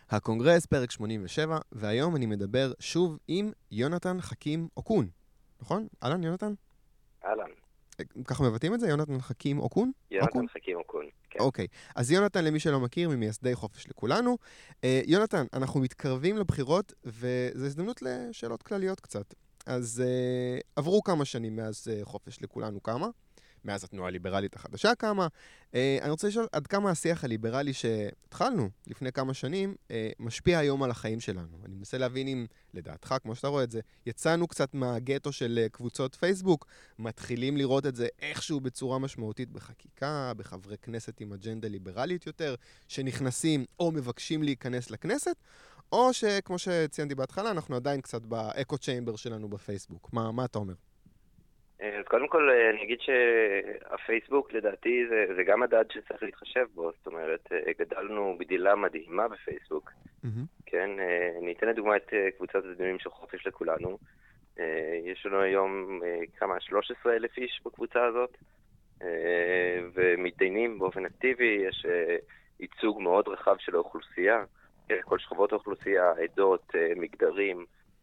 הקונגרס, פרק 87, והיום אני מדבר שוב עם יונתן חכים אוקון. נכון? אהלן, יונתן? אהלן. ככה מבטאים את זה? יונתן חכים אוקון? יונתן חכים אוקון, כן. אוקיי. אז יונתן, למי שלא מכיר, ממייסדי חופש לכולנו. יונתן, אנחנו מתקרבים לבחירות, וזו הזדמנות לשאלות כלליות קצת. אז עברו כמה שנים מאז חופש לכולנו קמה. מאז התנועה הליברלית החדשה קמה. אני רוצה לשאול עד כמה השיח הליברלי שהתחלנו לפני כמה שנים משפיע היום על החיים שלנו. אני מנסה להבין אם, לדעתך, כמו שאתה רואה את זה, יצאנו קצת מהגטו של קבוצות פייסבוק, מתחילים לראות את זה איכשהו בצורה משמעותית בחקיקה, בחברי כנסת עם אג'נדה ליברלית יותר, שנכנסים או מבקשים להיכנס לכנסת, או שכמו שציינתי בהתחלה, אנחנו עדיין קצת באקו צ'יימבר שלנו בפייסבוק. מה אתה אומר? אז קודם כל אני אגיד שהפייסבוק לדעתי זה גם מדד שצריך להתחשב בו, זאת אומרת גדלנו גדילה מדהימה בפייסבוק, כן, אני אתן לדוגמה את קבוצת הדיונים של חופש לכולנו, יש לנו היום כמה 13,000 איש בקבוצה הזאת, ומתדיינים באופן אקטיבי, יש ייצוג מאוד רחב של האוכלוסייה, כל שכבות האוכלוסייה, עדות, מגדרים,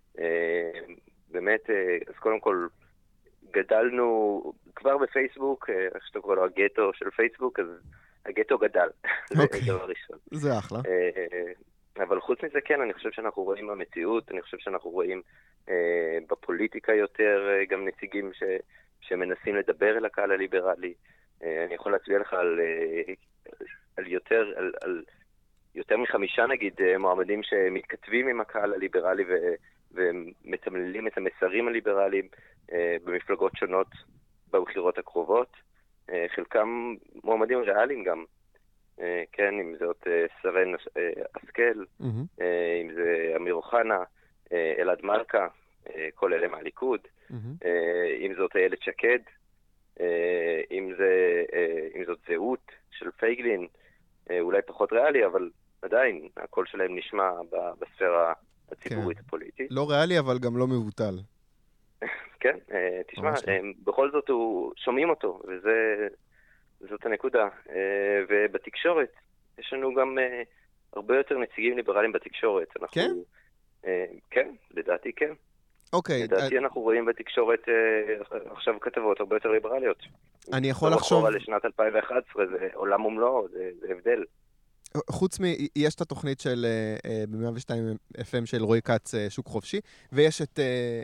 באמת, אז קודם כל גדלנו כבר בפייסבוק, איך שאתה קורא לו הגטו של פייסבוק, אז הגטו גדל, זה דבר ראשון. זה אחלה. אבל חוץ מזה כן, אני חושב שאנחנו רואים במציאות, אני חושב שאנחנו רואים בפוליטיקה יותר גם נציגים שמנסים לדבר אל הקהל הליברלי. אני יכול להצביע לך על יותר מ5 נגיד מועמדים שמתכתבים עם הקהל הליברלי ומתמללים את המסרים הליברליים במפלגות שונות בבחירות הקרובות. חלקם מועמדים ריאליים גם, כן, אם זאת שרן השכל, אם זה אמיר אוחנה, אלעד מלכה, כל אלה מהליכוד, אם זאת איילת שקד, אם זאת זהות של פייגלין, אולי פחות ריאלי, אבל עדיין הקול שלהם נשמע בספירה הציבורית הפוליטית. לא ריאלי, אבל גם לא מבוטל. כן, תשמע, בכל זאת שומעים אותו, וזאת הנקודה. ובתקשורת, יש לנו גם הרבה יותר נציגים ליברליים בתקשורת. כן? כן, לדעתי כן. אוקיי. לדעתי אנחנו רואים בתקשורת עכשיו כתבות הרבה יותר ליברליות. אני יכול לחשוב... לשנת 2011, זה עולם ומלואו, זה הבדל. חוץ יש את התוכנית של ב-102 FM של רועי כץ, שוק חופשי, ויש את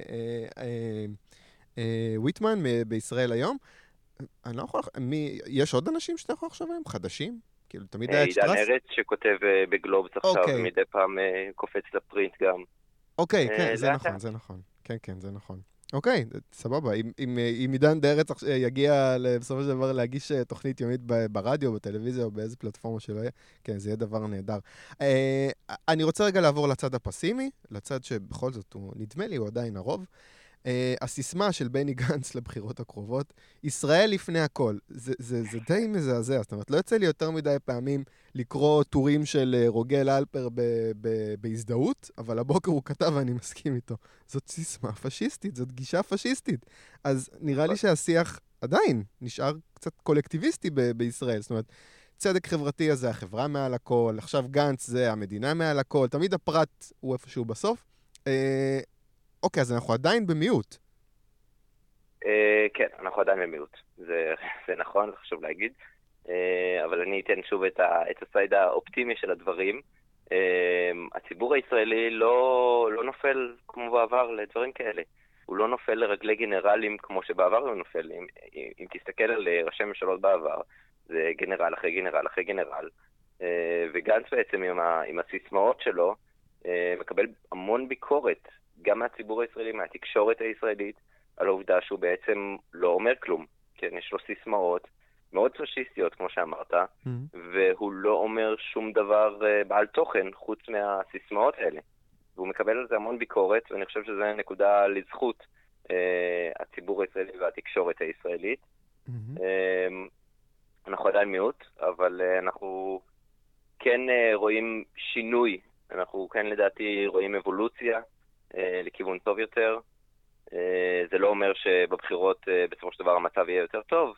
וויטמן בישראל היום. אני לא יכול... יש עוד אנשים שאתה יכול לחשוב עליהם? חדשים? כאילו, תמיד היה את שטרס? עידן ארץ שכותב בגלובס עכשיו, ומדי פעם קופץ לפרינט גם. אוקיי, כן, זה נכון, זה נכון. כן, כן, זה נכון. אוקיי, סבבה. אם עידן דרץ יגיע בסופו של דבר להגיש תוכנית יומית ברדיו, בטלוויזיה או באיזה פלטפורמה שלא יהיה, כן, זה יהיה דבר נהדר. אני רוצה רגע לעבור לצד הפסימי, לצד שבכל זאת נדמה לי, הוא עדיין הרוב. הסיסמה של בני גנץ לבחירות הקרובות, ישראל לפני הכל. זה די מזעזע, זאת אומרת, לא יוצא לי יותר מדי פעמים לקרוא טורים של רוגל אלפר בהזדהות, אבל הבוקר הוא כתב ואני מסכים איתו. זאת סיסמה פשיסטית, זאת גישה פשיסטית. אז נראה לי שהשיח עדיין נשאר קצת קולקטיביסטי בישראל, זאת אומרת, צדק חברתי הזה, החברה מעל הכל, עכשיו גנץ זה המדינה מעל הכל, תמיד הפרט הוא איפשהו בסוף. אוקיי, אז אנחנו עדיין במיעוט. כן, אנחנו עדיין במיעוט. זה נכון, זה חשוב להגיד. אבל אני אתן שוב את הצד האופטימי של הדברים. הציבור הישראלי לא נופל כמו בעבר לדברים כאלה. הוא לא נופל לרגלי גנרלים כמו שבעבר הוא נופל. אם תסתכל על ראשי ממשלות בעבר, זה גנרל אחרי גנרל אחרי גנרל. וגנץ בעצם עם הסיסמאות שלו מקבל המון ביקורת. גם מהציבור הישראלי, מהתקשורת הישראלית, על העובדה שהוא בעצם לא אומר כלום. כן, יש לו סיסמאות מאוד פשיסטיות, כמו שאמרת, והוא לא אומר שום דבר בעל תוכן, חוץ מהסיסמאות האלה. והוא מקבל על זה המון ביקורת, ואני חושב שזה נקודה לזכות הציבור הישראלי והתקשורת הישראלית. אנחנו עדיין מיעוט, אבל אנחנו כן רואים שינוי. אנחנו כן לדעתי רואים אבולוציה, לכיוון טוב יותר. זה לא אומר שבבחירות בסופו של דבר המצב יהיה יותר טוב,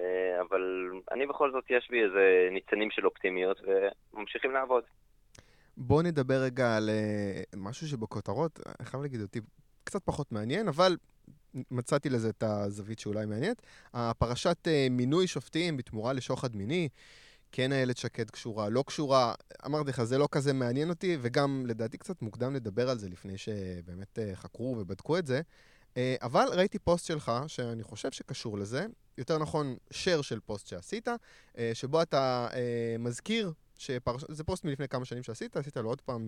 אבל אני בכל זאת יש בי איזה ניצנים של אופטימיות וממשיכים לעבוד. בואו נדבר רגע על משהו שבכותרות, אני חייב להגיד אותי קצת פחות מעניין, אבל מצאתי לזה את הזווית שאולי מעניינת. הפרשת מינוי שופטים בתמורה לשוחד מיני, כן איילת שקד קשורה, לא קשורה, אמרתי לך, זה לא כזה מעניין אותי, וגם לדעתי קצת מוקדם לדבר על זה לפני שבאמת חקרו ובדקו את זה. אבל ראיתי פוסט שלך, שאני חושב שקשור לזה, יותר נכון, share של פוסט שעשית, שבו אתה מזכיר, זה פוסט מלפני כמה שנים שעשית, עשית לו עוד פעם,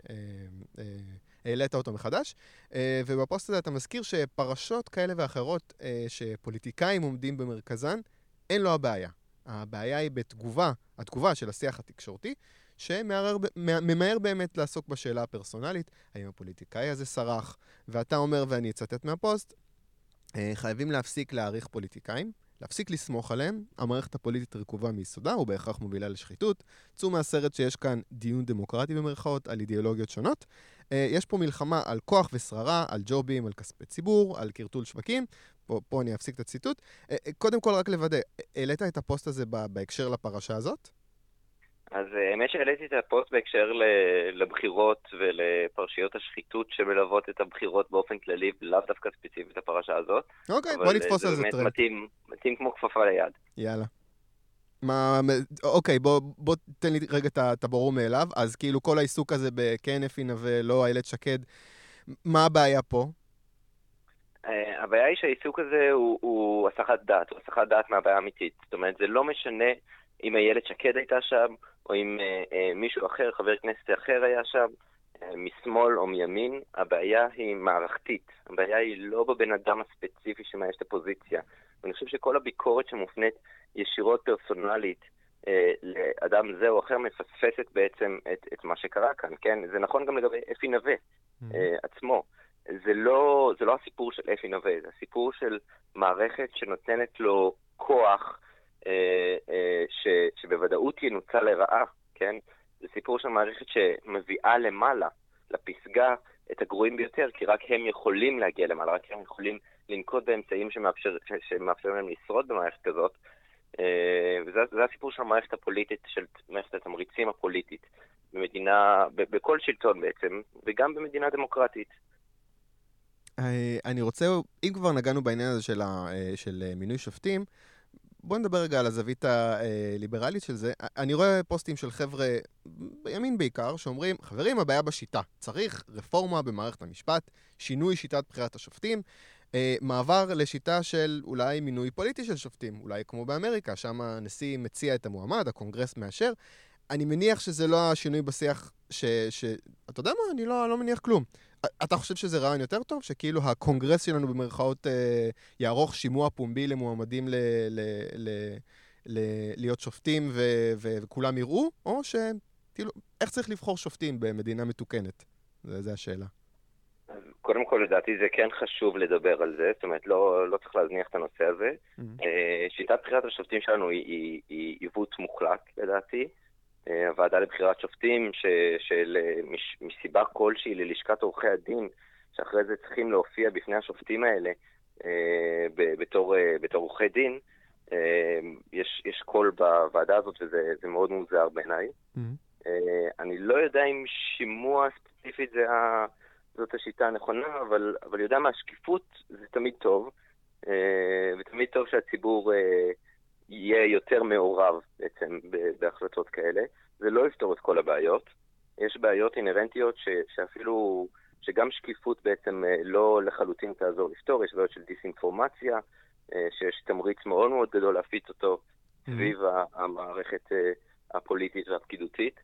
העלית אותו מחדש, ובפוסט הזה אתה מזכיר שפרשות כאלה ואחרות שפוליטיקאים עומדים במרכזן, אין לו הבעיה. הבעיה היא התגובה של השיח התקשורתי, שממהר באמת לעסוק בשאלה הפרסונלית, האם הפוליטיקאי הזה סרח, ואתה אומר, ואני אצטט מהפוסט, חייבים להפסיק להעריך פוליטיקאים, להפסיק לסמוך עליהם, המערכת הפוליטית רקובה מיסודה, ובהכרח מובילה לשחיתות, צאו מהסרט שיש כאן דיון דמוקרטי במרכאות, על אידיאולוגיות שונות, יש פה מלחמה על כוח ושררה, על ג'ובים, על כספי ציבור, על קרטול שווקים, פה אני אפסיק את הציטוט. קודם כל רק לוודא, העלית את הפוסט הזה בהקשר לפרשה הזאת? אז האמת שהעליתי את הפוסט בהקשר לבחירות ולפרשיות השחיתות שמלוות את הבחירות באופן כללי, לאו דווקא ספציפית הפרשה הזאת. אוקיי, בוא נתפוס על זה טרנד. אבל זה באמת מתאים כמו כפפה ליד. יאללה. אוקיי, בוא תן לי רגע את הברור מאליו. אז כאילו כל העיסוק הזה בכן אפי נווה, לא איילת שקד, מה הבעיה פה? הבעיה היא שהעיסוק הזה הוא הסחת דעת, הוא הסחת דעת מהבעיה האמיתית. זאת אומרת, זה לא משנה אם איילת שקד הייתה שם, או אם מישהו אחר, חבר כנסת אחר היה שם, משמאל או מימין, הבעיה היא מערכתית. הבעיה היא לא בבן אדם הספציפי שמאייש את הפוזיציה. ואני חושב שכל הביקורת שמופנית ישירות פרסונלית לאדם זה או אחר מפספסת בעצם את מה שקרה כאן, כן? זה נכון גם לגבי אפי נווה עצמו. זה לא הסיפור של אפי נווה, זה הסיפור של מערכת שנותנת לו כוח שבוודאות ינוצל לרעה, כן? זה סיפור של מערכת שמביאה למעלה, לפסגה, את הגרועים ביותר, כי רק הם יכולים להגיע למעלה, רק הם יכולים לנקוט באמצעים שמאפשרים להם לשרוד במערכת כזאת. וזה הסיפור של המערכת הפוליטית, של מערכת התמריצים הפוליטית, במדינה, בכל שלטון בעצם, וגם במדינה דמוקרטית. אני רוצה, אם כבר נגענו בעניין הזה של מינוי שופטים, בוא נדבר רגע על הזווית הליברלית של זה. אני רואה פוסטים של חבר'ה, בימין בעיקר, שאומרים, חברים, הבעיה בשיטה. צריך רפורמה במערכת המשפט, שינוי שיטת בחירת השופטים, מעבר לשיטה של אולי מינוי פוליטי של שופטים, אולי כמו באמריקה, שם הנשיא מציע את המועמד, הקונגרס מאשר. אני מניח שזה לא השינוי בשיח אתה יודע מה? אני לא מניח כלום. אתה חושב שזה רעיון יותר טוב? שכאילו הקונגרס שלנו במרכאות יערוך שימוע פומבי למועמדים להיות שופטים וכולם יראו? או שכאילו, איך צריך לבחור שופטים במדינה מתוקנת? זה השאלה. קודם כל, לדעתי, זה כן חשוב לדבר על זה. זאת אומרת, לא צריך להזניח את הנושא הזה. שיטת בחירת השופטים שלנו היא עיוות מוחלט, לדעתי. הוועדה לבחירת שופטים, שמסיבה כלשהי ללשכת עורכי הדין, שאחרי זה צריכים להופיע בפני השופטים האלה בתור עורכי דין, יש קול בוועדה הזאת, וזה מאוד מוזר בעיניי. אני לא יודע אם שימוע ספציפית זאת השיטה הנכונה, אבל יודע מה, השקיפות זה תמיד טוב, ותמיד טוב שהציבור יהיה יותר מעורב בעצם בהחלטות כאלה. זה לא יפתור את כל הבעיות. יש בעיות אינרנטיות שאפילו, שגם שקיפות בעצם לא לחלוטין תעזור לפתור. יש בעיות של דיסאינפורמציה, שיש תמריץ מאוד מאוד גדול להפיץ אותו סביב המערכת הפוליטית והפקידותית.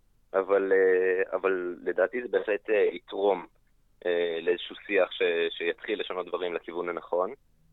אבל לדעתי זה בהחלט יתרום לאיזשהו שיח שיתחיל לשנות דברים לכיוון הנכון.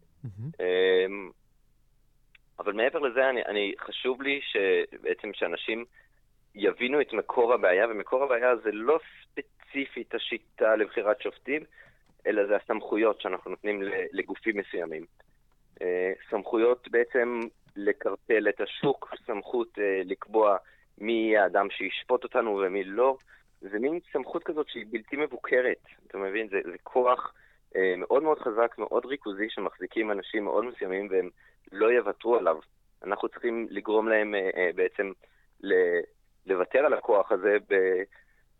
אבל מעבר לזה, חשוב לי שבעצם שאנשים יבינו את מקור הבעיה, ומקור הבעיה זה לא ספציפית השיטה לבחירת שופטים, אלא זה הסמכויות שאנחנו נותנים לגופים מסוימים. סמכויות בעצם לקרטל את השוק, סמכות לקבוע מי יהיה האדם שישפוט אותנו ומי לא. זה מין סמכות כזאת שהיא בלתי מבוקרת. אתה מבין? זה כוח מאוד מאוד חזק, מאוד ריכוזי, שמחזיקים אנשים מאוד מסוימים והם לא יוותרו עליו. אנחנו צריכים לגרום להם בעצם לוותר על הכוח הזה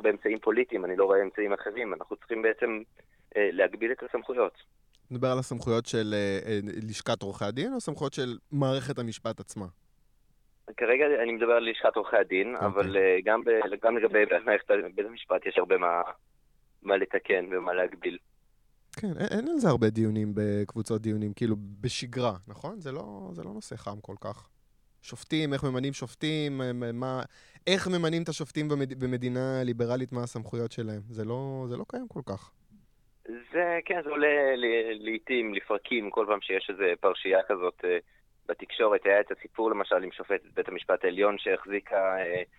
באמצעים פוליטיים, אני לא רואה אמצעים אחרים. אנחנו צריכים בעצם להגביל את הסמכויות. נדבר על הסמכויות של לשכת עורכי הדין, או סמכויות של מערכת המשפט עצמה? כרגע אני מדבר על לשכת עורכי הדין, אבל גם לגבי מערכת בית המשפט יש הרבה מה לתקן ומה להגביל. כן, אין על זה הרבה דיונים בקבוצות דיונים, כאילו בשגרה, נכון? זה לא נושא חם כל כך. שופטים, איך ממנים שופטים, איך ממנים את השופטים במדינה ליברלית, מה הסמכויות שלהם. זה לא קיים כל כך. זה עולה לעתים, לפרקים, כל פעם שיש איזו פרשייה כזאת בתקשורת. היה את הסיפור למשל עם שופטת בית המשפט העליון שהחזיקה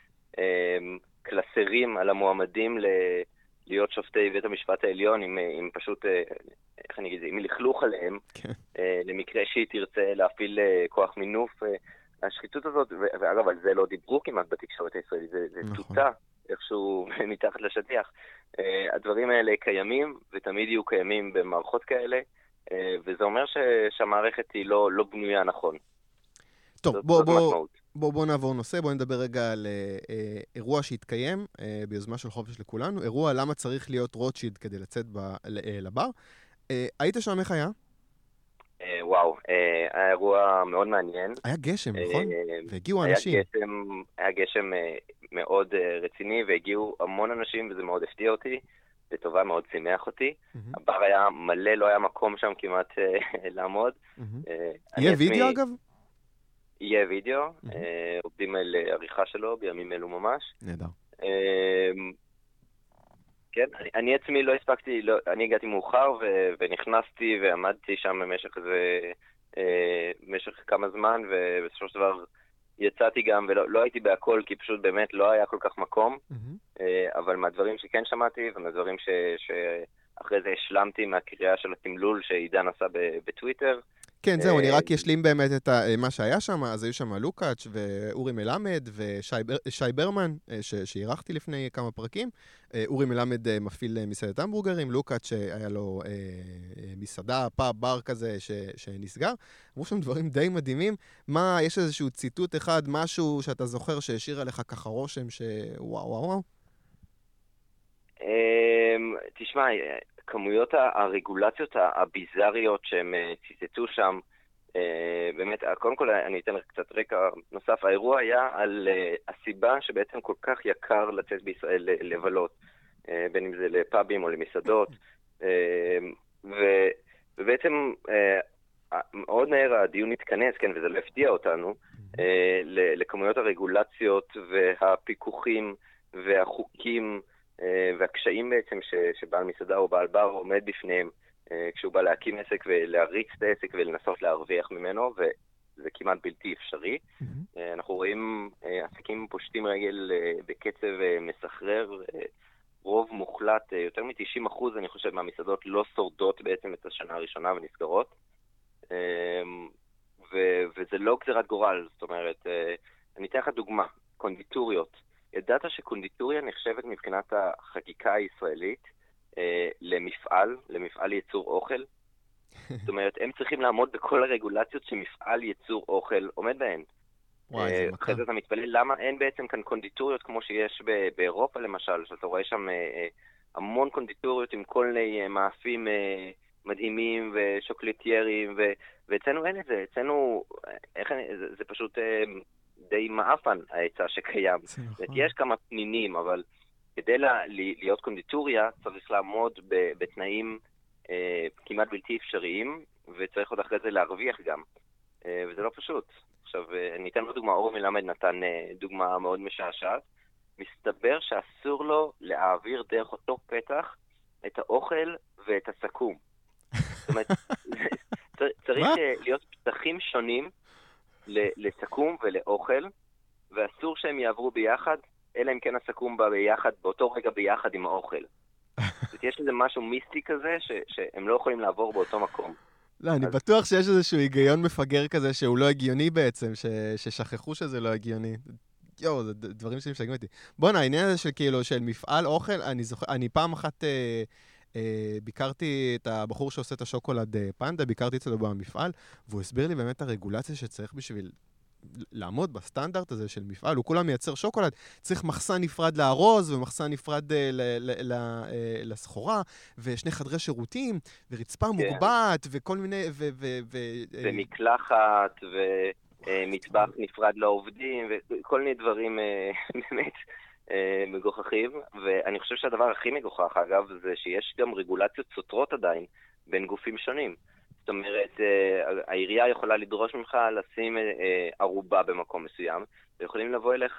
קלסרים על המועמדים להיות שופטי בית המשפט העליון עם פשוט, איך אני אגיד זה, עם לכלוך עליהם, למקרה שהיא תרצה להפעיל כוח מינוף. השחיתות הזאת, ואגב, על זה לא דיברו כמעט בתקשורת הישראלית, זה תוטה איכשהו מתחת לשטיח. הדברים האלה קיימים, ותמיד יהיו קיימים במערכות כאלה, וזה אומר שהמערכת היא לא בנויה נכון. טוב, בוא נעבור נושא, בוא נדבר רגע על אירוע שהתקיים ביוזמה של חופש לכולנו, אירוע למה צריך להיות רוטשילד כדי לצאת לבר. היית שם, איך היה? וואו, היה אירוע מאוד מעניין. היה גשם, נכון? והגיעו אנשים. היה גשם מאוד רציני, והגיעו המון אנשים, וזה מאוד הפתיע אותי, לטובה מאוד שימח אותי. הבר היה מלא, לא היה מקום שם כמעט לעמוד. יהיה וידאו אגב? יהיה וידאו, עובדים על עריכה שלו בימים אלו ממש. נהדר. כן, אני עצמי לא הספקתי, אני הגעתי מאוחר ונכנסתי ועמדתי שם במשך כמה זמן, ובסופו של דבר יצאתי גם, ולא הייתי בהכל, כי פשוט באמת לא היה כל כך מקום, אבל מהדברים שכן שמעתי, ומהדברים שאחרי זה השלמתי מהקריאה של התמלול שעידן עשה בטוויטר. כן, זהו, אני רק אשלים באמת את מה שהיה שם. אז היו שם לוקאץ' ואורי מלמד ושי ברמן, שעירכתי לפני כמה פרקים. אורי מלמד מפעיל מסעדת המבורגרים, לוקאץ' שהיה לו מסעדה, פאב, בר כזה שנסגר. אמרו שם דברים די מדהימים. יש איזשהו ציטוט אחד, משהו שאתה זוכר שהשאיר עליך ככה רושם שוואו וואו וואו? תשמע, כמויות הרגולציות הביזריות שהם ציטטו שם, באמת, קודם כל אני אתן לך קצת רקע נוסף. האירוע היה על הסיבה שבעצם כל כך יקר לצאת בישראל לבלות, בין אם זה לפאבים או למסעדות, ובעצם מאוד מהר הדיון התכנס, כן, וזה לא הפתיע אותנו, לכמויות הרגולציות והפיקוחים והחוקים והקשיים בעצם שבעל מסעדה או בעל בר עומד בפניהם כשהוא בא להקים עסק ולהריץ את העסק ולנסות להרוויח ממנו, וזה כמעט בלתי אפשרי. אנחנו רואים עסקים פושטים רגל בקצב מסחרר, רוב מוחלט, יותר מ-90% אני חושב מהמסעדות לא שורדות בעצם את השנה הראשונה ונסגרות, וזה לא גזירת גורל. זאת אומרת, אני אתן לך דוגמה, קונדיטוריות. ידעת שקונדיטוריה נחשבת מבחינת החקיקה הישראלית למפעל ייצור אוכל? זאת אומרת, הם צריכים לעמוד בכל הרגולציות שמפעל ייצור אוכל עומד בהן. אחרי זה אתה מתפלל, למה אין בעצם כאן קונדיטוריות כמו שיש באירופה למשל, שאתה רואה שם המון קונדיטוריות עם כל מיני מאפים מדהימים ושוקולטיירים, ואצלנו אין את זה. אצלנו, זה פשוט די מאפן ההיצע שקיים. יש כמה פנינים, אבל כדי להיות קונדיטוריה צריך לעמוד בתנאים כמעט בלתי אפשריים, וצריך עוד אחרי זה להרוויח גם. וזה לא פשוט. עכשיו, אני אתן לו דוגמה, אורי מלמד נתן דוגמה מאוד משעשעת. מסתבר שאסור לו להעביר דרך אותו פתח את האוכל ואת הסכו"ם. זאת אומרת, צריך להיות פתחים שונים לסכו"ם ולאוכל, ואסור שהם יעברו ביחד, אלא אם כן הסכו"ם בא ביחד, באותו רגע ביחד עם האוכל. יש איזה משהו מיסטי כזה, שהם לא יכולים לעבור באותו מקום. לא, אני בטוח שיש איזשהו היגיון מפגר כזה, שהוא לא הגיוני בעצם, ששכחו שזה לא הגיוני. יואו, זה דברים שמשגעים אותי. בוא'נה, העניין הזה של כאילו, של מפעל אוכל, אני פעם אחת ביקרתי את הבחור שעושה את השוקולד פנדה, ביקרתי אצלו במפעל, והוא הסביר לי באמת הרגולציה שצריך בשביל לעמוד בסטנדרט הזה של מפעל, הוא כולה מייצר שוקולד, צריך מחסן נפרד לארוז, ומחסן נפרד לסחורה, ושני חדרי שירותים, ורצפה מוגבעת, וכל מיני... ומקלחת, ומטבח נפרד לעובדים, וכל מיני דברים באמת מגוחכים. ואני חושב שהדבר הכי מגוחך, אגב, זה שיש גם רגולציות סותרות עדיין בין גופים שונים. זאת אומרת, העירייה יכולה לדרוש ממך לשים ערובה במקום מסוים, ויכולים לבוא אליך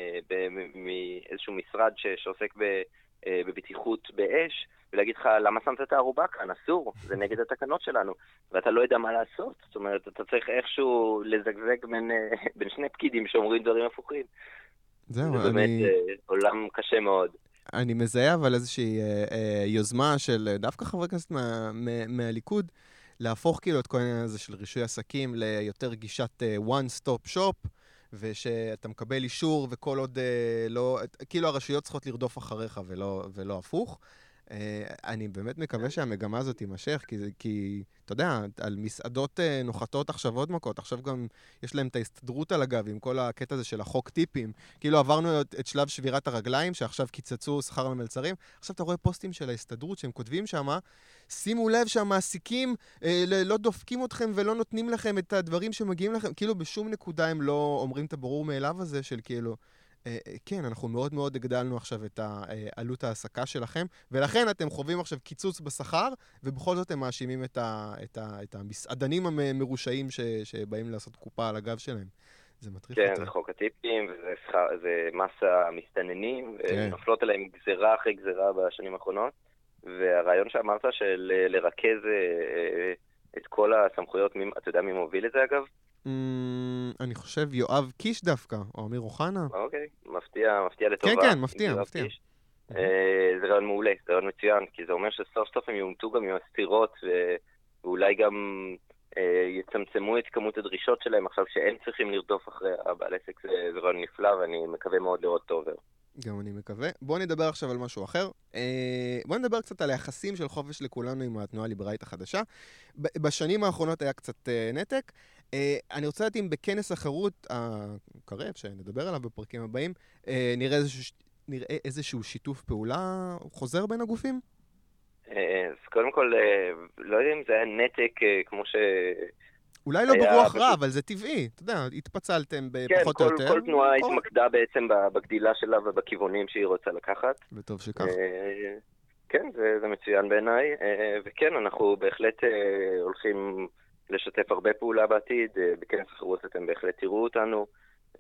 מאיזשהו משרד שעוסק בבטיחות באש, ולהגיד לך, למה שמת את הערובה כאן? אסור, זה נגד התקנות שלנו, ואתה לא יודע מה לעשות. זאת אומרת, אתה צריך איכשהו לזגזג בין שני פקידים שאומרים דברים הפוכים. זהו, זה באמת עולם קשה מאוד. אני מזהה אבל איזושהי יוזמה של דווקא חברי כנסת מהליכוד, להפוך כאילו את כל העניין הזה של רישוי עסקים ליותר גישת one stop shop, ושאתה מקבל אישור וכל עוד לא, כאילו הרשויות צריכות לרדוף אחריך ולא הפוך. אני באמת מקווה שהמגמה הזאת תימשך, כי אתה יודע, על מסעדות נוחתות עכשיו עוד מכות, עכשיו גם יש להם את ההסתדרות על הגב עם כל הקטע הזה של החוק טיפים, כאילו עברנו את שלב שבירת הרגליים, שעכשיו קיצצו שכר למלצרים, עכשיו אתה רואה פוסטים של ההסתדרות שהם כותבים שמה, שימו לב שהמעסיקים לא דופקים אתכם ולא נותנים לכם את הדברים שמגיעים לכם, כאילו בשום נקודה הם לא אומרים את הברור מאליו הזה של כאילו, כן, אנחנו מאוד מאוד הגדלנו עכשיו את עלות ההעסקה שלכם, ולכן אתם חווים עכשיו קיצוץ בשכר, ובכל זאת הם מאשימים את המסעדנים המרושעים שבאים לעשות קופה על הגב שלהם. זה מטריף אותי. כן, זה חוק הטיפים, וזה מסה מסתננים, ונופלות עליהם גזרה אחרי גזרה בשנים האחרונות, והרעיון שאמרת של לרכז את כל הסמכויות, אתה יודע מי מוביל את זה אגב? אני חושב יואב קיש דווקא, או אמיר אוחנה. אוקיי, מפתיע לטובה. כן, כן, מפתיע. זה רעיון מעולה, זה רעיון מצוין, כי זה אומר שסוף סוף הם יומתו גם עם הסתירות, ואולי גם יצמצמו את כמות הדרישות שלהם עכשיו שהם צריכים לרדוף אחרי הבעל עסק. זה רעיון נפלא, ואני מקווה מאוד לראות את העובר. גם אני מקווה. בואו נדבר עכשיו על משהו אחר. בואו נדבר קצת על היחסים של חופש לכולנו עם התנועה הליברלית החדשה. בשנים האחרונות היה קצת נתק. אני רוצה לדעת אם בכנס החירות הקרב, שנדבר עליו בפרקים הבאים, נראה איזשהו שיתוף פעולה חוזר בין הגופים? אז קודם כל, לא יודע אם זה היה נתק כמו ש... אולי לא ברוח רע, אבל זה טבעי. אתה יודע, התפצלתם בפחות או יותר. כן, כל תנועה התמקדה בעצם בגדילה שלה ובכיוונים שהיא רוצה לקחת. וטוב שכך. כן, זה מצוין בעיניי. וכן, אנחנו בהחלט הולכים לשתף הרבה פעולה בעתיד. בכנס החירות אתם בהחלט תראו אותנו.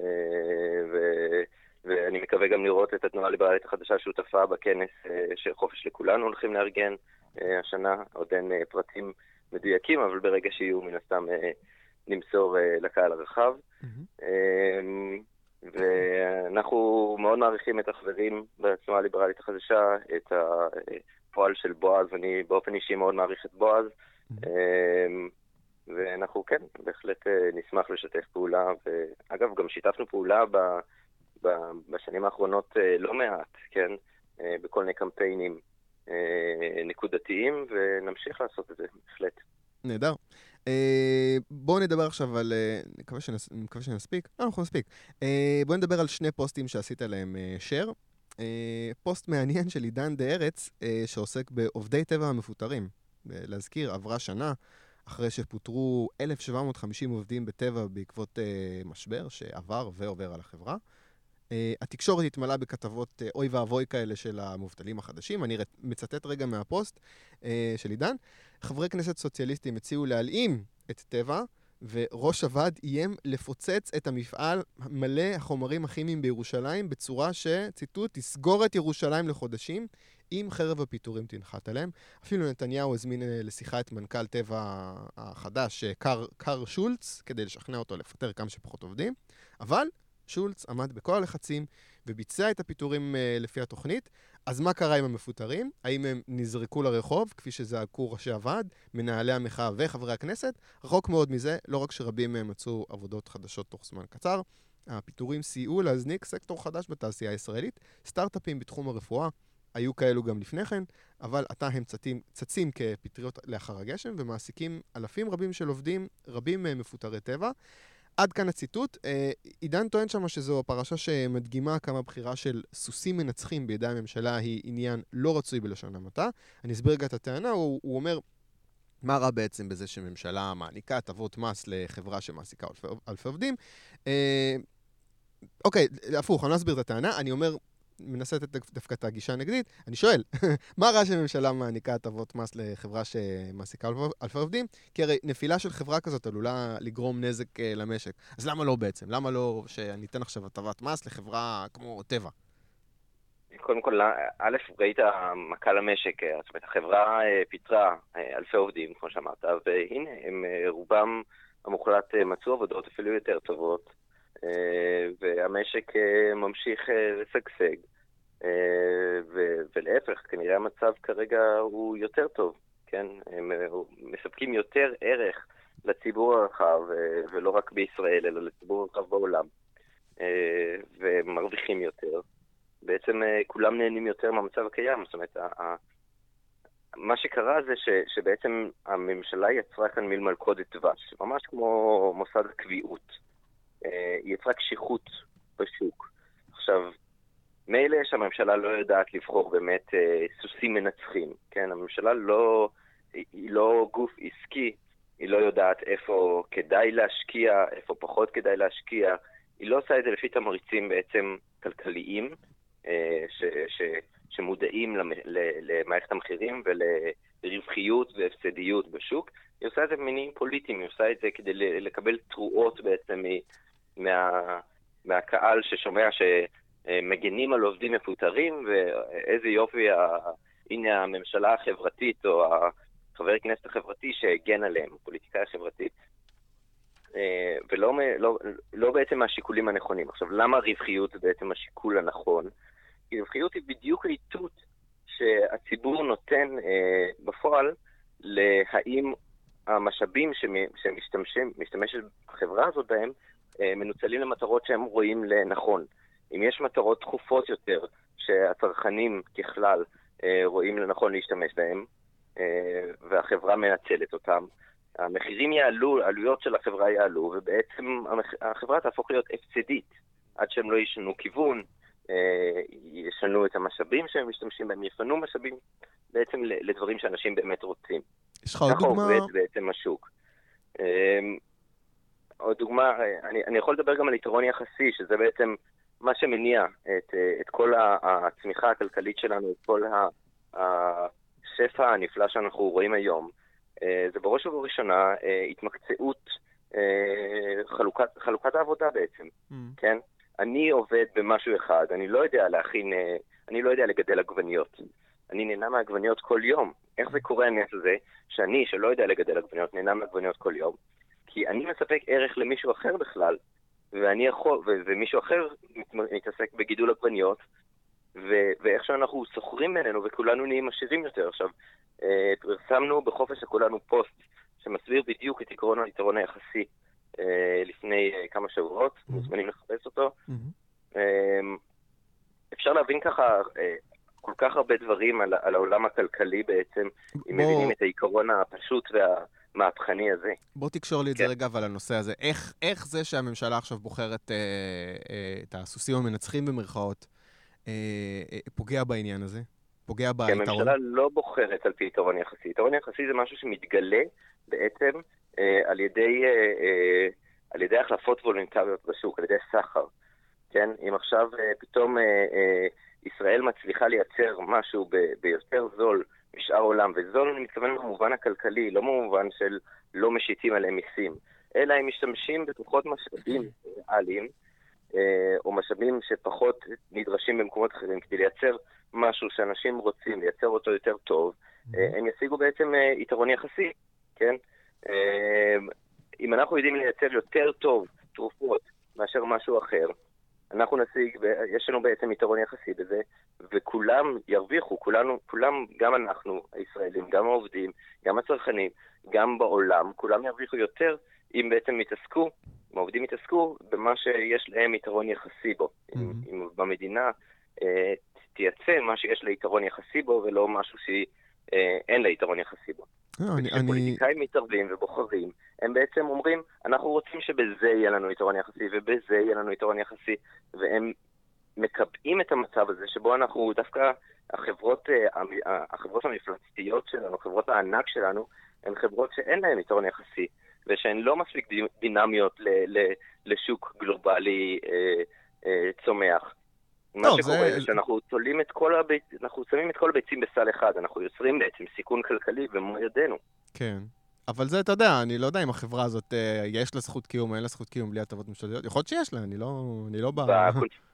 ואני מקווה גם לראות את התנועה הליברלית החדשה שותפה בכנס שחופש לכולנו הולכים לארגן השנה. עוד אין פרטים מדויקים, אבל ברגע שיהיו מן הסתם נמסור לקהל הרחב. ואנחנו מאוד מעריכים את החברים בתנועה הליברלית החדשה, את הפועל של בועז, ואני באופן אישי מאוד מעריך את בועז. ואנחנו כן, בהחלט נשמח לשתף פעולה. ואגב, גם שיתפנו פעולה בשנים האחרונות לא מעט, כן? בכל מיני קמפיינים נקודתיים, ונמשיך לעשות את זה, בהחלט. נהדר. בואו נדבר עכשיו על... מקווה שנספיק. אנחנו נספיק. בואו נדבר על שני פוסטים שעשית להם share. פוסט מעניין של עידן דה ארץ, שעוסק בעובדי טבע המפוטרים. להזכיר, עברה שנה אחרי שפוטרו 1,750 עובדים בטבע בעקבות משבר שעבר ועובר על החברה. התקשורת התמלאה בכתבות אוי ואבוי כאלה של המובטלים החדשים. אני מצטט רגע מהפוסט של עידן. חברי כנסת סוציאליסטים הציעו להלאים את טבע, וראש הוועד איים לפוצץ את המפעל מלא החומרים הכימיים בירושלים, בצורה שציטוט, תסגור את ירושלים לחודשים, אם חרב הפיטורים תנחת עליהם. אפילו נתניהו הזמין לשיחה את מנכ"ל טבע החדש, קר שולץ, כדי לשכנע אותו לפטר כמה שפחות עובדים. אבל שולץ עמד בכל הלחצים וביצע את הפיטורים לפי התוכנית. אז מה קרה עם המפוטרים? האם הם נזרקו לרחוב, כפי שזעקו ראשי הוועד, מנהלי המחאה וחברי הכנסת? רחוק מאוד מזה, לא רק שרבים מהם מצאו עבודות חדשות תוך זמן קצר, הפיטורים סייעו להזניק סקטור חדש בתעשייה הישראלית. סטארט-אפים בתחום הרפואה היו כאלו גם לפני כן, אבל עתה הם צצים כפטריות לאחר הגשם, ומעסיקים אלפים רבים של עובדים, רבים מהם מפוטרי טבע. עד כאן הציטוט. עידן טוען שמה שזו הפרשה שמדגימה כמה בחירה של סוסים מנצחים בידי הממשלה היא עניין לא רצוי בלשון המעטה. אני אסביר רגע את הטענה, הוא אומר, מה רע בעצם בזה שממשלה מעניקה הטבות מס לחברה שמעסיקה אלפי עובדים? אוקיי, הפוך, אני לא אסביר את הטענה, אני אומר, מנסה לתת דווקא את הגישה הנגדית, אני שואל, מה רע שממשלה מעניקה הטבות מס לחברה שמעסיקה אלפי עובדים? כי הרי נפילה של חברה כזאת עלולה לגרום נזק למשק. אז למה לא בעצם? למה לא שניתן עכשיו הטבת מס לחברה כמו טבע? קודם כל, א', ראית מכה למשק, זאת אומרת, החברה פיתרה אלפי עובדים, כמו שאמרת, והנה, הם רובם המוחלט מצאו עבודות אפילו יותר טובות, והמשק ממשיך לשגשג, ולהפך, כנראה המצב כרגע הוא יותר טוב, כן? הם מספקים יותר ערך לציבור הרחב, ולא רק בישראל, אלא לציבור הרחב בעולם, ומרוויחים יותר. בעצם כולם נהנים יותר מהמצב הקיים, זאת אומרת, מה שקרה זה שבעצם הממשלה יצרה כאן מיל מלכודת דבש, ממש כמו מוסד הקביעות. היא יצרה קשיחות בשוק. עכשיו, מילא שהממשלה לא יודעת לבחור באמת סוסים מנצחים, כן? הממשלה היא לא גוף עסקי, היא לא יודעת איפה כדאי להשקיע, איפה פחות כדאי להשקיע, היא לא עושה את זה לפי תמריצים בעצם כלכליים, שמודעים למערכת המחירים ולרווחיות והפסדיות בשוק. היא עושה את זה במניעים פוליטיים, היא עושה את זה כדי לקבל תרועות בעצם מהקהל ששומע שמגנים על עובדים מפוטרים, ואיזה יופי, הנה הממשלה החברתית או החבר הכנסת החברתי שהגן עליהם, הפוליטיקאי החברתית. ולא בעצם מהשיקולים הנכונים. עכשיו, למה רווחיות זה בעצם השיקול הנכון? כי רווחיות היא בדיוק האיתות שהציבור נותן בפועל להאם המשאבים שמשתמשת החברה הזאת בהם מנוצלים למטרות שהם רואים לנכון. אם יש מטרות דחופות יותר שהצרכנים ככלל רואים לנכון להשתמש בהם והחברה מנצלת אותם, המחירים יעלו, העלויות של החברה יעלו, ובעצם החברה תהפוך להיות הפסדית עד שהם לא ישנו כיוון, ישנו את המשאבים שהם משתמשים בהם, יפנו משאבים בעצם לדברים שאנשים באמת רוצים. יש לך עוד דוגמה? ככה עובד בעצם השוק. עוד דוגמה, אני יכול לדבר גם על יתרון יחסי, שזה בעצם מה שמניע את כל הצמיחה הכלכלית שלנו, את כל השפע הנפלא שאנחנו רואים היום. זה בראש ובראשונה התמקצעות, חלוקת העבודה בעצם, כן? אני עובד במשהו אחד, אני לא יודע לגדל עגבניות. אני נהנה מהעגבניות כל יום. איך זה קורה הנס הזה שאני, שלא יודע לגדל עגבניות, נהנה מהעגבניות כל יום? כי אני מספק ערך למישהו אחר בכלל, ומישהו אחר מתעסק בגידול עגבניות, ואיך שאנחנו סוחרים בינינו, וכולנו נהיים עשירים יותר. עכשיו, פרסמנו בחופש לכולנו פוסט שמסביר בדיוק את היתרון היחסי לפני כמה שבועות, מוזמנים לחפש אותו. אפשר להבין ככה כל כך הרבה דברים על העולם הכלכלי בעצם, אם מבינים את העיקרון הפשוט והמהפכני הזה. בוא תקשור לי את זה רגע אבל הנושא הזה. איך זה שהממשלה עכשיו בוחרת את הסוסים המנצחים במרכאות, פוגע בעניין הזה? פוגע ביתרון? כי הממשלה לא בוחרת על פי יתרון יחסי. יתרון יחסי זה משהו שמתגלה בעצם על ידי החלפות וולונטריות בשוק, על ידי סחר. כן? אם עכשיו פתאום ישראל מצליחה לייצר משהו ביותר זול משאר עולם, וזול אני מתכוון במובן הכלכלי, לא במובן של לא משיתים עליהם מיסים, אלא הם משתמשים בפחות משאבים ריאליים, או משאבים שפחות נדרשים במקומות אחרים, כדי לייצר משהו שאנשים רוצים, לייצר אותו יותר טוב, הם ישיגו בעצם יתרון יחסי, כן? אם אנחנו יודעים לייצר יותר טוב תרופות מאשר משהו אחר, אנחנו נשיג, יש לנו בעצם יתרון יחסי בזה, וכולם ירוויחו, כולם, גם אנחנו, הישראלים, גם העובדים, גם הצרכנים, גם בעולם, כולם ירוויחו יותר אם בעצם העובדים יתעסקו במה שיש להם יתרון יחסי בו. אם במדינה תייצא מה שיש לה יתרון יחסי בו, ולא משהו שאין לה יתרון יחסי בו. וכשפוליטיקאים מתערבים ובוחרים, הם בעצם אומרים, אנחנו רוצים שבזה יהיה לנו יתרון יחסי, ובזה יהיה לנו יתרון יחסי, והם מקבעים את המצב הזה, שבו אנחנו דווקא, החברות המפלצתיות שלנו, חברות הענק שלנו, הן חברות שאין להן יתרון יחסי, ושהן לא מספיק דינמיות לשוק גלובלי צומח. מה שקורה זה שאנחנו שמים את כל הביצים בסל אחד, אנחנו יוצרים בעצם סיכון כלכלי במו ידינו. כן. אבל זה, אתה יודע, אני לא יודע אם החברה הזאת, יש לה זכות קיום, אין לה זכות קיום בלי הטבות ממשלתיות. יכול להיות שיש לה, אני לא בא...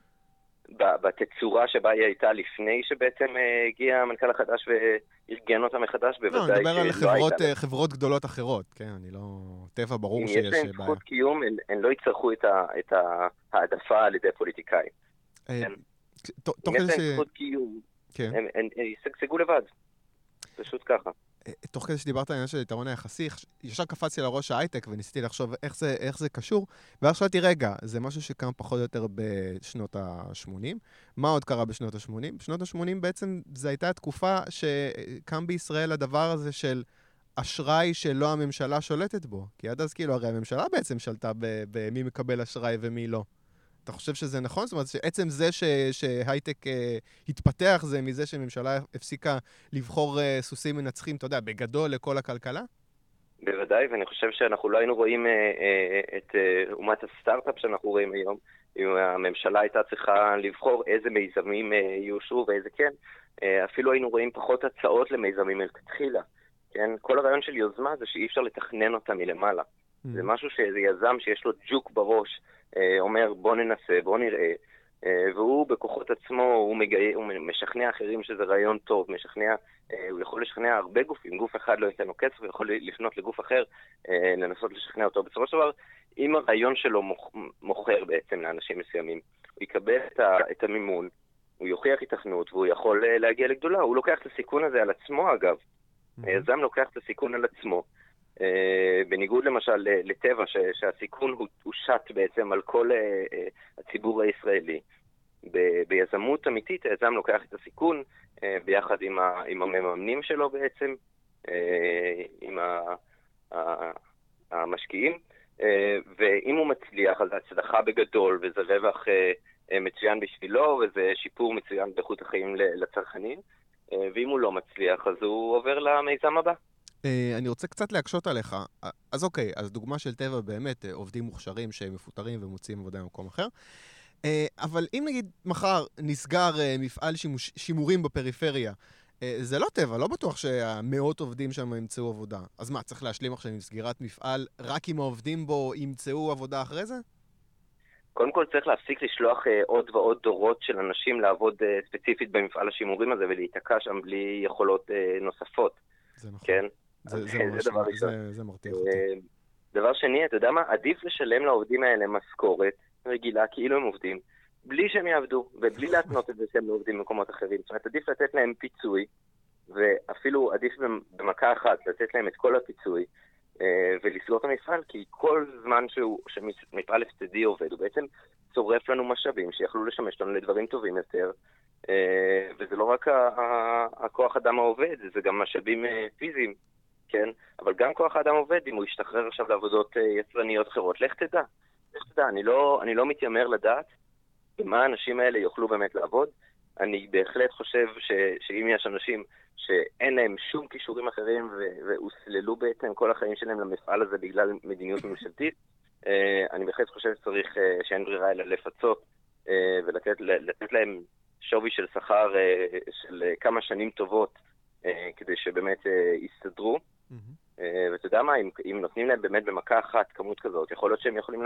בתצורה שבה היא הייתה לפני שבעצם הגיע המנכ"ל החדש וארגן אותה מחדש, בוודאי שלא הייתה. אני מדבר על חברות גדולות אחרות, כן, אני לא... טבע ברור שיש בעיה. אם יש להם זכות קיום, הן לא יצטרכו את העדפה על ידי פוליטיקאים. אם יש להם זכות קיום, הם ישגשגו לבד. פשוט ככה. תוך כדי שדיברת על העניין של יתרון היחסי, ישר קפצתי לראש ההייטק וניסיתי לחשוב איך זה קשור, ואז שאלתי, רגע, זה משהו שקם פחות או יותר בשנות ה-80. מה עוד קרה בשנות ה-80? בשנות ה-80 בעצם זו הייתה התקופה שקם בישראל הדבר הזה של אשראי שלא הממשלה שולטת בו. כי עד אז כאילו, הרי הממשלה בעצם שלטה במי מקבל אשראי ומי לא. אתה חושב שזה נכון? זאת אומרת, שעצם זה שהייטק התפתח זה מזה שממשלה הפסיקה לבחור סוסים מנצחים, אתה יודע, בגדול לכל הכלכלה? בוודאי, ואני חושב שאנחנו לא היינו רואים את אומת הסטארט-אפ שאנחנו רואים היום. אם הממשלה הייתה צריכה לבחור איזה מיזמים יאושרו ואיזה כן, אפילו היינו רואים פחות הצעות למיזמים מלכתחילה. כן? כל הרעיון של יוזמה זה שאי אפשר לתכנן אותה מלמעלה. זה משהו שזה יזם שיש לו ג'וק בראש, אומר בוא ננסה, בוא נראה, והוא בכוחות עצמו, הוא משכנע אחרים שזה רעיון טוב, הוא יכול לשכנע הרבה גופים, גוף אחד לא ייתן לו כסף, הוא יכול לפנות לגוף אחר, לנסות לשכנע אותו. בסופו של דבר, אם הרעיון שלו מוכר בעצם לאנשים מסוימים, הוא יקבל את המימון, הוא יוכיח התכנות, והוא יכול להגיע לגדולה, הוא לוקח את הסיכון הזה על עצמו אגב, היזם לוקח את הסיכון על עצמו, בניגוד למשל לטבע שהסיכון הוא שט בעצם על כל הציבור הישראלי. ביזמות אמיתית היזם לוקח את הסיכון ביחד עם המממנים שלו בעצם, עם המשקיעים, ואם הוא מצליח אז הצלחה בגדול וזה רווח מצוין בשבילו וזה שיפור מצוין באיכות החיים לצרכנים, ואם הוא לא מצליח אז הוא עובר למיזם הבא. אני רוצה קצת להקשות עליך. אז אוקיי, אז דוגמה של טבע באמת, עובדים מוכשרים שהם מפוטרים ומוצאים עבודה במקום אחר. אבל אם נגיד מחר נסגר מפעל שימורים בפריפריה, זה לא טבע, לא בטוח שהמאות עובדים שם ימצאו עבודה. אז מה, צריך להשלים עכשיו עם סגירת מפעל רק אם העובדים בו ימצאו עבודה אחרי זה? קודם כל צריך להפסיק לשלוח עוד ועוד דורות של אנשים לעבוד ספציפית במפעל השימורים הזה ולהיתקע שם בלי יכולות נוספות. זה נכון. כן? זה מרתיח אותי. דבר שני, אתה יודע מה? עדיף לשלם לעובדים האלה משכורת רגילה, כאילו הם עובדים, בלי שהם יעבדו, ובלי להתנות את זה שהם לא עובדים במקומות אחרים. זאת אומרת, עדיף לתת להם פיצוי, ואפילו עדיף במכה אחת לתת להם את כל הפיצוי, ולסגור את המפעל, כי כל זמן שמפעל הפסדי עובד, הוא בעצם צורף לנו משאבים שיכלו לשמש לנו לדברים טובים יותר, וזה לא רק הכוח אדם העובד, זה גם משאבים פיזיים, כן? אבל גם כוח האדם עובד, אם הוא ישתחרר עכשיו לעבודות יצרניות אחרות, לך תדע, אני לא מתיימר לדעת במה האנשים האלה יוכלו באמת לעבוד. אני בהחלט חושב שאם יש אנשים שאין להם שום כישורים אחרים והוסללו בעצם כל החיים שלהם למפעל הזה בגלל מדיניות ממשלתית, אני בהחלט חושב שצריך שאין ברירה אלא לפצות ולתת להם שווי של שכר של כמה שנים טובות כדי שבאמת יסתדרו. ואתה יודע מה, אם נותנים להם באמת במכה אחת כמות כזאת, יכול להיות שהם יכולים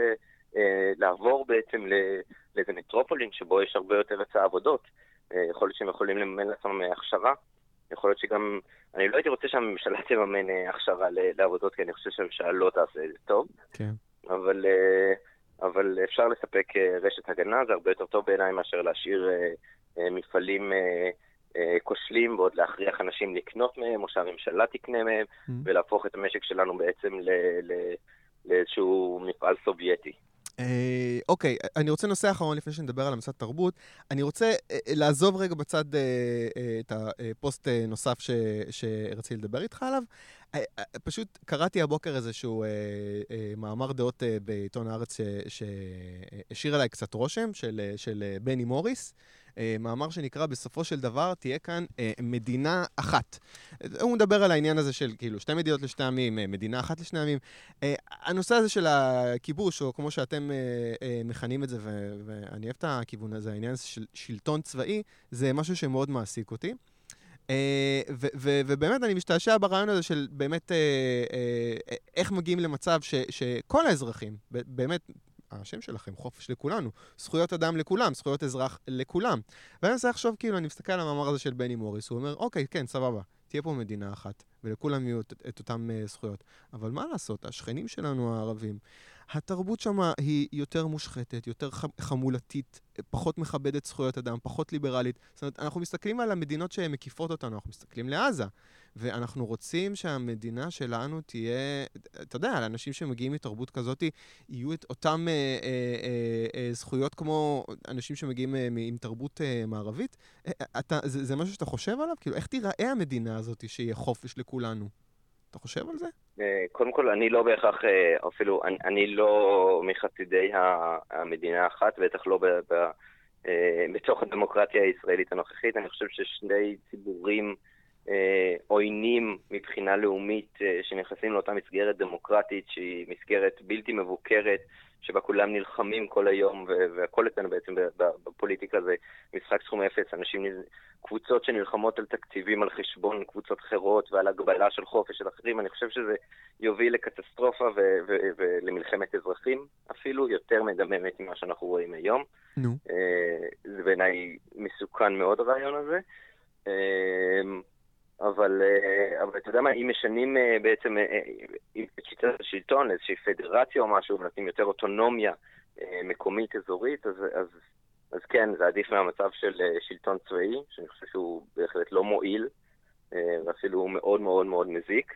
לעבור בעצם לאיזה מטרופולין שבו יש הרבה יותר היצע עבודות. יכול להיות שהם יכולים לממן לעצמם הכשרה. יכול להיות שגם, אני לא הייתי רוצה שהממשלה תממן הכשרה לעבודות, כי אני חושב שהממשלה לא תעשה את זה טוב. כן. אבל אפשר לספק רשת הגנה, זה הרבה יותר טוב בעיניי מאשר להשאיר מפעלים כושלים ועוד להכריח אנשים לקנות מהם, או שהממשלה תקנה מהם, ולהפוך את המשק שלנו בעצם לאיזשהו מפעל סובייטי. אוקיי, אני רוצה נושא אחרון לפני שנדבר על המסע תרבות. אני רוצה לעזוב רגע בצד את הפוסט נוסף שרציתי לדבר איתך עליו. פשוט קראתי הבוקר איזשהו מאמר דעות בעיתון הארץ שהשאיר עליי קצת רושם של בני מוריס. מאמר שנקרא בסופו של דבר תהיה כאן מדינה אחת. הוא מדבר על העניין הזה של כאילו שתי מדינות לשתי עמים, מדינה אחת לשני עמים. הנושא הזה של הכיבוש, או כמו שאתם מכנים את זה, ואני אוהב את הכיוון הזה, העניין הזה של שלטון צבאי, זה משהו שמאוד מעסיק אותי. ובאמת אני משתעשע ברעיון הזה של באמת איך מגיעים למצב שכל האזרחים, באמת, השם שלכם, חופש לכולנו, זכויות אדם לכולם, זכויות אזרח לכולם. ואני מנסה לחשוב, כאילו, אני מסתכל על המאמר הזה של בני מוריס, הוא אומר, אוקיי, כן, סבבה, תהיה פה מדינה אחת, ולכולם יהיו את אותם זכויות. אבל מה לעשות? השכנים שלנו הערבים, התרבות שמה היא יותר מושחתת, יותר חמולתית, פחות מכבדת זכויות אדם, פחות ליברלית. זאת אומרת, אנחנו מסתכלים על המדינות שהן מקיפות אותנו, אנחנו מסתכלים לעזה, ואנחנו רוצים שהמדינה שלנו תהיה, אתה יודע, לאנשים שמגיעים מתרבות כזאת, יהיו את אותם זכויות כמו אנשים שמגיעים עם תרבות מערבית. זה משהו שאתה חושב עליו? כאילו, איך תיראה המדינה הזאת שיהיה חופש לכולנו? אתה חושב על זה? קודם כל, אני לא בהכרח, אפילו, אני לא מחסידי המדינה האחת, בטח לא בתוך הדמוקרטיה הישראלית הנוכחית. אני חושב ששני ציבורים עוינים מבחינה לאומית שנכנסים לאותה מסגרת דמוקרטית, שהיא מסגרת בלתי מבוקרת, שבה כולם נלחמים כל היום, והכל אצלנו בעצם בפוליטיקה זה משחק סכום אפס, קבוצות שנלחמות על תקציבים על חשבון קבוצות אחרות ועל הגבלה של חופש של אחרים. אני חושב שזה יוביל לקטסטרופה ולמלחמת אזרחים, אפילו יותר מדממת ממה שאנחנו רואים היום. זה בעיניי מסוכן מאוד הרעיון הזה. אבל אתה יודע מה, אם משנים בעצם את שיטת השלטון, איזושהי פדרציה או משהו, ונותנים יותר אוטונומיה מקומית אזורית, אז כן, זה עדיף מהמצב של שלטון צבאי, שאני חושב שהוא בהחלט לא מועיל, ואפילו הוא מאוד מאוד מאוד מזיק.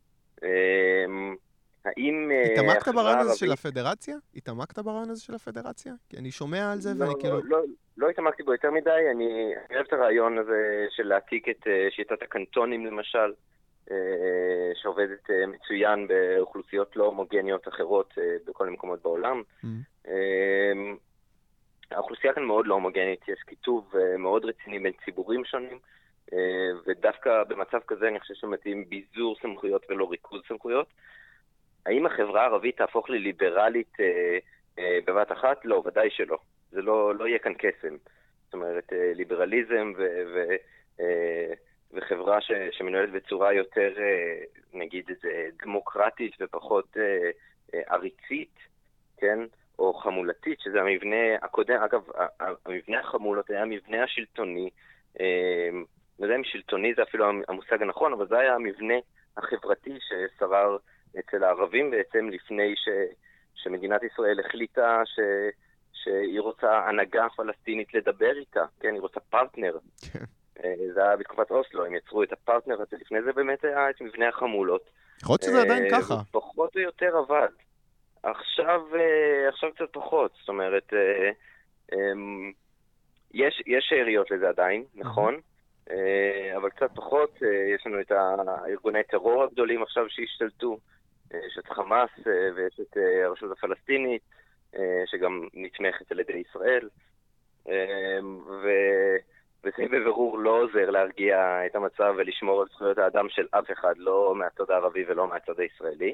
האם... התעמקת ברעיון הזה של הפדרציה? התעמקת ברעיון הזה של הפדרציה? כי אני שומע על זה ואני כאילו... לא התעמקתי בו יותר מדי, אני אוהב את הרעיון הזה של להעתיק את שיטת הקנטונים למשל, שעובדת מצוין באוכלוסיות לא הומוגניות אחרות בכל המקומות בעולם. האוכלוסייה כאן מאוד לא הומוגנית, יש כיתוב מאוד רציני בין ציבורים שונים, ודווקא במצב כזה אני חושב שמתאים ביזור סמכויות ולא ריכוז סמכויות. האם החברה הערבית תהפוך לליברלית בבת אחת? לא, ודאי שלא. זה לא יהיה כאן קסם. זאת אומרת, ליברליזם וחברה שמנוהלת בצורה יותר, נגיד את זה, דמוקרטית ופחות עריצית, כן? או חמולתית, שזה המבנה הקודם. אגב, המבנה החמולות היה המבנה השלטוני. לא יודע אם שלטוני זה אפילו המושג הנכון, אבל זה היה המבנה החברתי ששרר אצל הערבים בעצם לפני שמדינת ישראל החליטה שהיא רוצה הנהגה פלסטינית לדבר איתה, כן, היא רוצה פרטנר. זה היה בתקופת אוסלו, הם יצרו את הפרטנר הזה, לפני זה באמת היה את מבנה החמולות. יכול להיות שזה עדיין ככה. פחות או יותר עבד. עכשיו קצת פחות, זאת אומרת, יש שאריות לזה עדיין, נכון? אבל קצת פחות, יש לנו את הארגוני טרור הגדולים עכשיו שהשתלטו, יש את חמאס ויש את הרשות הפלסטינית, שגם נתמכת על ידי ישראל, וזה בבירור לא עוזר להרגיע את המצב ולשמור על זכויות האדם של אף אחד, לא מהצד הערבי ולא מהצד הישראלי.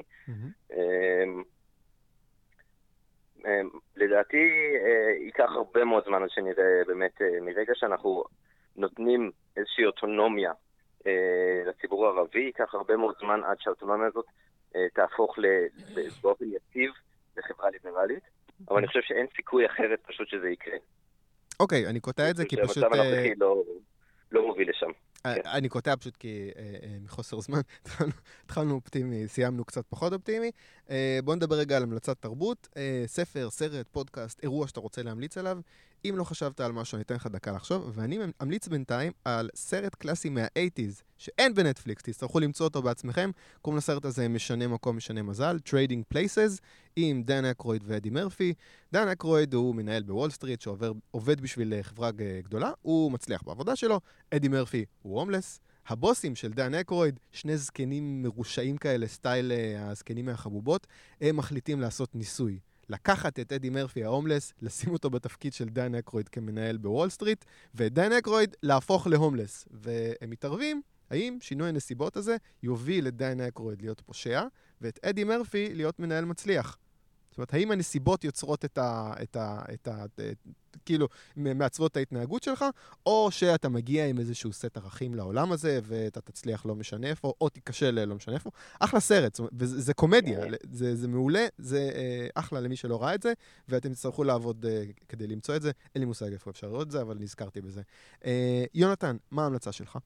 לדעתי ייקח הרבה מאוד זמן עד שנראה באמת, מרגע שאנחנו נותנים איזושהי אוטונומיה לציבור הערבי, ייקח הרבה מאוד זמן עד שהאוטונומיה הזאת תהפוך באופן יציב לחברה ליברלית, אבל אני חושב שאין סיכוי אחרת פשוט שזה יקרה. אוקיי, אני קוטע את זה כי פשוט... המצב הנוכחי לא מוביל לשם. אני קוטע פשוט כי מחוסר זמן, התחלנו אופטימי, סיימנו קצת פחות אופטימי. בואו נדבר רגע על המלצת תרבות, ספר, סרט, פודקאסט, אירוע שאתה רוצה להמליץ עליו. אם לא חשבת על משהו, אני אתן לך דקה לחשוב, ואני אמליץ בינתיים על סרט קלאסי מה-80s, שאין בנטפליקס, תצטרכו למצוא אותו בעצמכם. קוראים לסרט הזה משנה מקום, משנה מזל, Trading Places, עם דן אקרויד ואדי מרפי. דן אקרויד הוא מנהל בוול סטריט, שעובד בשביל חברה גדולה, הוא מצליח בעבודה שלו. אדי מרפי הוא הומלס. הבוסים של דן אקרויד, שני זקנים מרושעים כאלה, סטייל הזקנים מהחבובות, הם מחליטים לעשות ניסוי. לקחת את אדי מרפי ההומלס, לשים אותו בתפקיד של דן אקרויד כמנהל בוול סטריט, ואת דן אקרויד להפוך להומלס. והם מתערבים, האם שינוי הנסיבות הזה יוביל את דן אקרויד להיות פושע, ואת אדי מרפי להיות מנהל מצליח. זאת אומרת, האם הנסיבות יוצרות כאילו, מעצבות את ההתנהגות שלך, או שאתה מגיע עם איזשהו סט ערכים לעולם הזה, ואתה תצליח לא משנה איפה, או תיכשל לא משנה איפה. אחלה סרט, וזה קומדיה, זה מעולה, זה אחלה למי שלא ראה את זה, ואתם תצטרכו לעבוד כדי למצוא את זה. אין לי מושג איפה אפשר לראות את זה, אבל נזכרתי בזה. יונתן, מה ההמלצה שלך?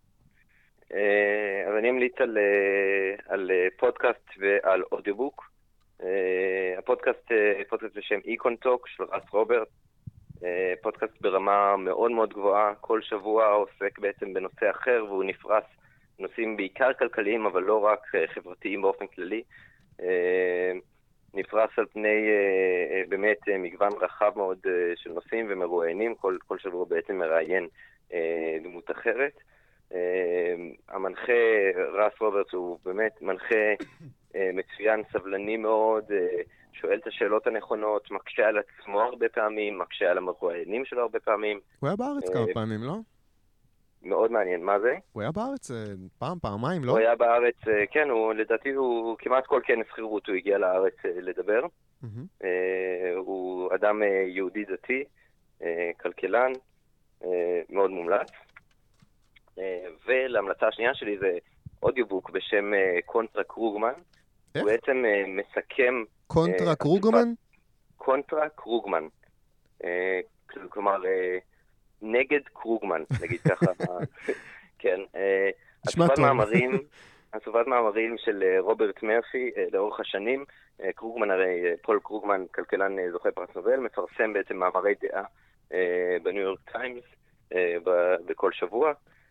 אז אני אמליץ על פודקאסט ועל אודיובוק. הפודקאסט בשם איקונטוק של רס רוברט, פודקאסט ברמה מאוד מאוד גבוהה, כל שבוע עוסק בעצם בנושא אחר, והוא נפרס נושאים בעיקר כלכליים, אבל לא רק חברתיים באופן כללי. נפרס על פני באמת מגוון רחב מאוד של נושאים ומרואיינים, כל שבוע בעצם מראיין דמות אחרת. המנחה רס רוברט הוא באמת מנחה מצוין, סבלני מאוד, שואל את השאלות הנכונות, מקשה על עצמו הרבה פעמים, מקשה על המרואיינים שלו הרבה פעמים. הוא היה בארץ כמה פעמים, לא? מאוד מעניין, מה זה? הוא היה בארץ פעמיים, לא? הוא היה בארץ, כן, לדעתי הוא כמעט כל כנס חירות הוא הגיע לארץ לדבר. הוא אדם יהודי דתי, כלכלן, מאוד מומלץ. ולהמלצה השנייה שלי זה אודיובוק בשם קונטרה קרוגמן. הוא בעצם מסכם... קונטרה קרוגמן? קונטרה קרוגמן. כלומר, נגד קרוגמן, נגיד ככה. כן. אסופת מאמרים של רוברט מרפי לאורך השנים. קרוגמן, הרי פול קרוגמן, כלכלן זוכה פרס נובל, מפרסם בעצם מאמרי דעה בניו יורק טיימס בכל שבוע.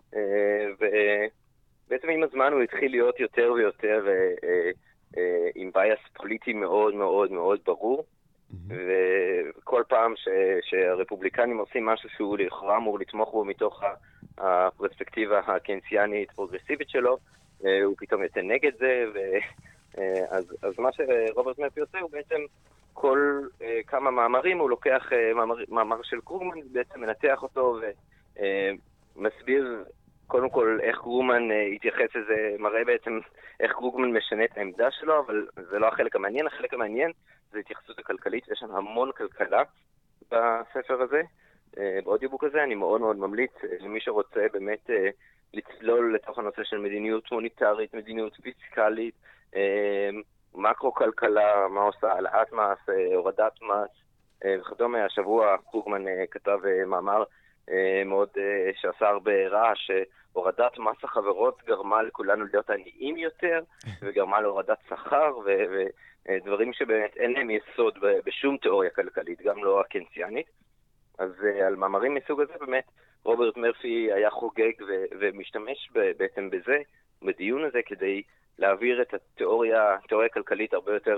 ובעצם עם הזמן הוא התחיל להיות יותר ויותר עם בייס פוליטי מאוד מאוד מאוד ברור, וכל פעם שהרפובליקנים עושים משהו שהוא לכאורה אמור לתמוך בו מתוך הפרספקטיבה הקיינסיאנית פרוגרסיבית שלו, הוא פתאום יוצא נגד זה, אז מה שרוברט מרפי עושה הוא בעצם כל כמה מאמרים, הוא לוקח מאמר של קרוגמן, בעצם מנתח אותו ומסביר קודם כל איך קרוגמן התייחס לזה, מראה בעצם איך קרוגמן משנה את העמדה שלו, אבל זה לא החלק המעניין. החלק המעניין זה התייחסות הכלכלית, יש שם המון כלכלה בספר הזה, באודיובוק הזה. אני מאוד מאוד ממליץ למי שרוצה באמת לצלול לתוך הנושא של מדיניות מוניטרית, מדיניות פיסקלית, מקרו-כלכלה, מה עושה, העלאת מס, הורדת מס, וכדומה. השבוע קרוגמן כתב מאמר מאוד שעשה הרבה רעש, שהורדת מס החברות גרמה לכולנו להיות עניים יותר, וגרמה להורדת שכר, ודברים שבאמת אין להם יסוד בשום תיאוריה כלכלית, גם לא הקיינסיאנית. אז על מאמרים מסוג הזה באמת רוברט מרפי היה חוגג ומשתמש בעצם בזה, בדיון הזה, כדי להעביר את התיאוריה הכלכלית הרבה יותר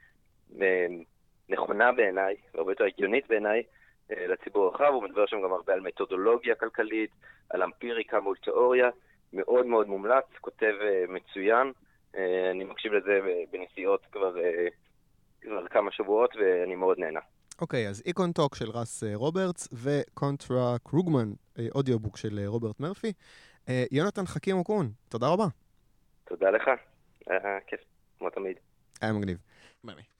נכונה בעיניי, והרבה יותר הגיונית בעיניי, לציבור הרחב. הוא מדבר שם גם הרבה על מתודולוגיה כלכלית, על אמפיריקה מול תיאוריה, מאוד מאוד מומלץ, כותב מצוין. אני מקשיב לזה בנסיעות כבר כמה שבועות, ואני מאוד נהנה. אוקיי, אז איקונטוק של רס רוברטס, וקונטרה קרוגמן, אודיובוק של רוברט מרפי. יונתן חכים אוקון, תודה רבה. תודה לך, היה כיף, כמו תמיד. היה מגניב. ביי.